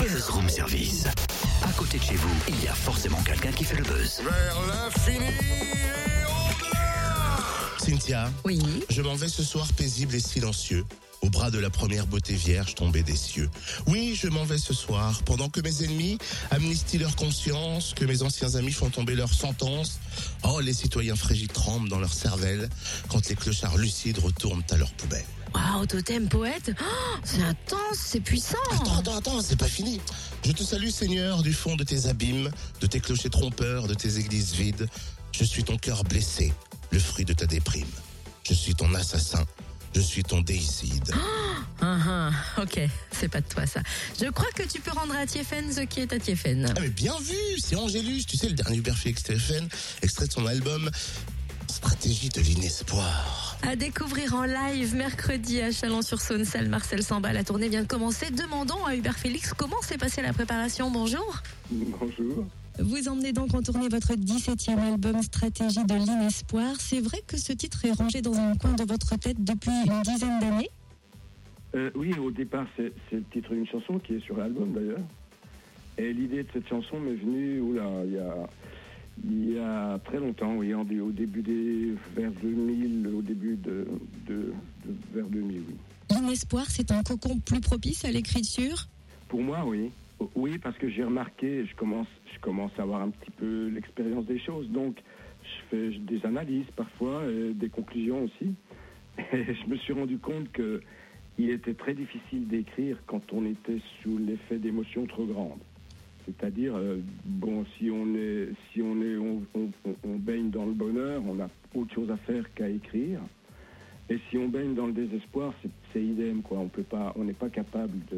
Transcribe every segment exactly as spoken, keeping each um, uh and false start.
Buzz Room Service. À côté de chez vous, il y a forcément quelqu'un qui fait le buzz. Vers l'infini et au-delà. Cynthia, Oui. je m'en vais ce soir paisible et silencieux, au bras de la première beauté vierge tombée des cieux. Oui, je m'en vais ce soir, pendant que mes ennemis amnistient leur conscience, que mes anciens amis font tomber leur sentence. Oh, les citoyens fragiles tremblent dans leur cervelle, quand les clochards lucides retournent à leur poubelle. Waouh, totem, poète. Oh, c'est intense, c'est puissant. Attends, attends, attends, c'est pas fini. Je te salue, Seigneur, du fond de tes abîmes, de tes clochers trompeurs, de tes églises vides. Je suis ton cœur blessé, le fruit de ta déprime. Je suis ton assassin, je suis ton déicide. Ah, ah, ok, c'est pas de toi ça. Je crois que tu peux rendre à Tiefen ce qui est à Tiefen. Ah mais bien vu, c'est Angélus, tu sais, le dernier Hubert Félix Téléphone, extrait de son album Stratégie de l'inespoir. À découvrir en live mercredi à Chalon-sur-Saône, salle Marcel Samba. La tournée vient de commencer. Demandons à Hubert Félix comment s'est passée la préparation. Bonjour. Bonjour. Vous emmenez donc en tournée votre dix-septième album Stratégie de l'inespoir. C'est vrai que ce titre est rangé dans un coin de votre tête depuis une dizaine d'années? Euh, oui, au départ, c'est, c'est le titre d'une chanson qui est sur l'album d'ailleurs. Et l'idée de cette chanson m'est venue oula, il, y a, il y a très longtemps, oui, en, au début des vers deux mille, au début de, de, de vers deux mille, oui. L'inespoir, c'est un cocon plus propice à l'écriture? Pour moi, oui. Oui, parce que j'ai remarqué, je commence, je commence à avoir un petit peu l'expérience des choses, donc je fais des analyses parfois, et des conclusions aussi. Et je me suis rendu compte que il était très difficile d'écrire quand on était sous l'effet d'émotions trop grandes. C'est-à-dire, euh, bon, si on est, si on est, on, on, on baigne dans le bonheur, on a autre chose à faire qu'à écrire. Et si on baigne dans le désespoir, c'est, c'est idem, quoi. On peut pas, on n'est pas capable de,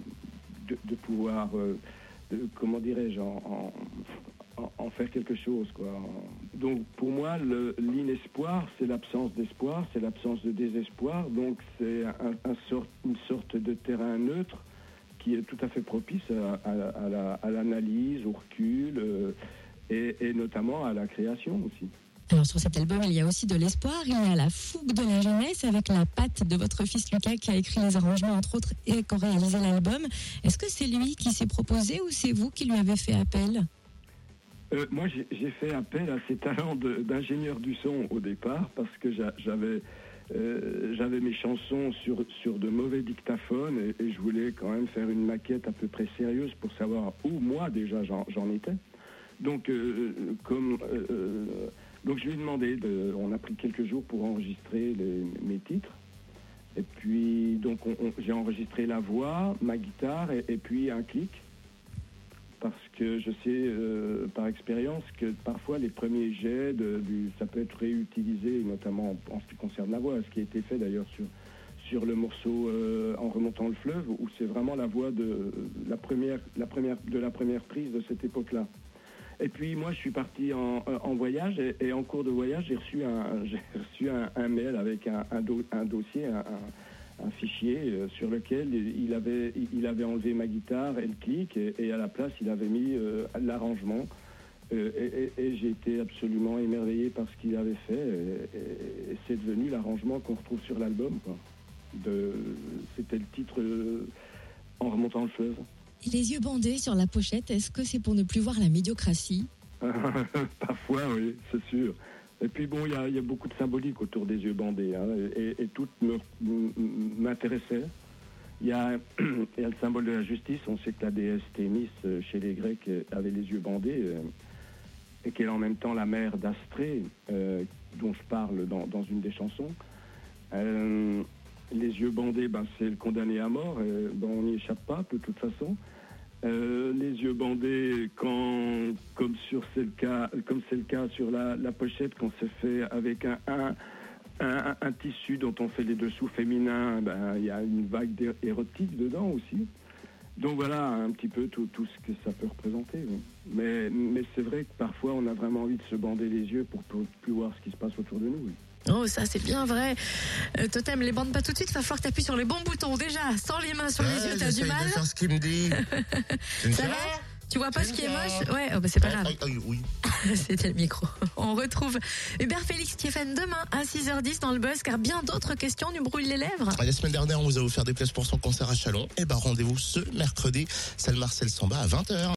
de, de pouvoir, euh, de, comment dirais-je, en, en, en faire quelque chose, quoi. Donc, pour moi, le, l'inespoir, c'est l'absence d'espoir, c'est l'absence de désespoir. Donc, c'est un, un sort, une sorte de terrain neutre qui est tout à fait propice à, à, à, la, à l'analyse, au recul, euh, et, et notamment à la création aussi. Alors sur cet album, il y a aussi de l'espoir, il y a la fougue de la jeunesse avec la patte de votre fils Lucas qui a écrit les arrangements entre autres et qui a réalisé l'album. Est-ce que c'est lui qui s'est proposé ou c'est vous qui lui avez fait appel? euh, Moi j'ai, j'ai fait appel à ses talents de, d'ingénieur du son au départ parce que j'a, j'avais, euh, j'avais mes chansons sur, sur de mauvais dictaphones et, et je voulais quand même faire une maquette à peu près sérieuse pour savoir où moi déjà j'en, j'en étais. Donc euh, comme... Euh, Donc je lui ai demandé, de, on a pris quelques jours pour enregistrer les, mes titres. Et puis donc on, on, j'ai enregistré la voix, ma guitare et, et puis un clic. Parce que je sais euh, par expérience que parfois les premiers jets, de, du, ça peut être réutilisé, notamment en, en ce qui concerne la voix, ce qui a été fait d'ailleurs sur, sur le morceau euh, En remontant le fleuve, où c'est vraiment la voix de la première, la première, de la première prise de cette époque-là. Et puis moi je suis parti en, en voyage et, et en cours de voyage j'ai reçu un, j'ai reçu un, un mail avec un, un, do, un dossier, un, un, un fichier euh, sur lequel il avait, il avait enlevé ma guitare et le clic et, et à la place il avait mis euh, l'arrangement euh, et, et, et j'ai été absolument émerveillé par ce qu'il avait fait et, et, et c'est devenu l'arrangement qu'on retrouve sur l'album, quoi. De, c'était le titre euh, En remontant le fleuve. Les yeux bandés sur la pochette, est-ce que c'est pour ne plus voir la médiocratie? Parfois, oui, c'est sûr. Et puis bon, il y, y a beaucoup de symbolique autour des yeux bandés, hein, et, et tout me, m'intéressait. Il y, y a le symbole de la justice. On sait que la déesse Thémis, chez les Grecs, avait les yeux bandés, euh, et qu'elle est en même temps la mère d'Astrée, euh, dont je parle dans, dans une des chansons. Euh, Les yeux bandés, ben, c'est le condamné à mort, et, ben, on n'y échappe pas de toute façon. Euh, les yeux bandés, quand, comme, sur, c'est le cas, comme c'est le cas sur la, la pochette, qu'on se fait avec un, un, un, un tissu dont on fait les dessous féminins, ben, il y a une vague érotique dedans aussi. Donc voilà un petit peu tout, tout ce que ça peut représenter. Oui. Mais, mais c'est vrai que parfois on a vraiment envie de se bander les yeux pour ne plus voir ce qui se passe autour de nous. Oui. Oh, ça c'est bien vrai. Euh, Totem, les bandes pas tout de suite, il va falloir que tu appuies sur les bons boutons. Déjà, sans les mains sur les ouais, yeux, t'as du mal. De faire ce qu'il me dit. Ça va? Tu vois pas ce qui est Bien. moche? Ouais, oh bah c'est pas grave. Ah, ah, oui. C'était le micro. On retrouve Hubert Félix Stéphane demain à six heures dix dans le buzz, car bien d'autres questions nous brûlent les lèvres. La semaine dernière, on vous a offert des places pour son concert à Chalon. Et bah, rendez-vous ce mercredi, salle Marcel Samba à vingt heures.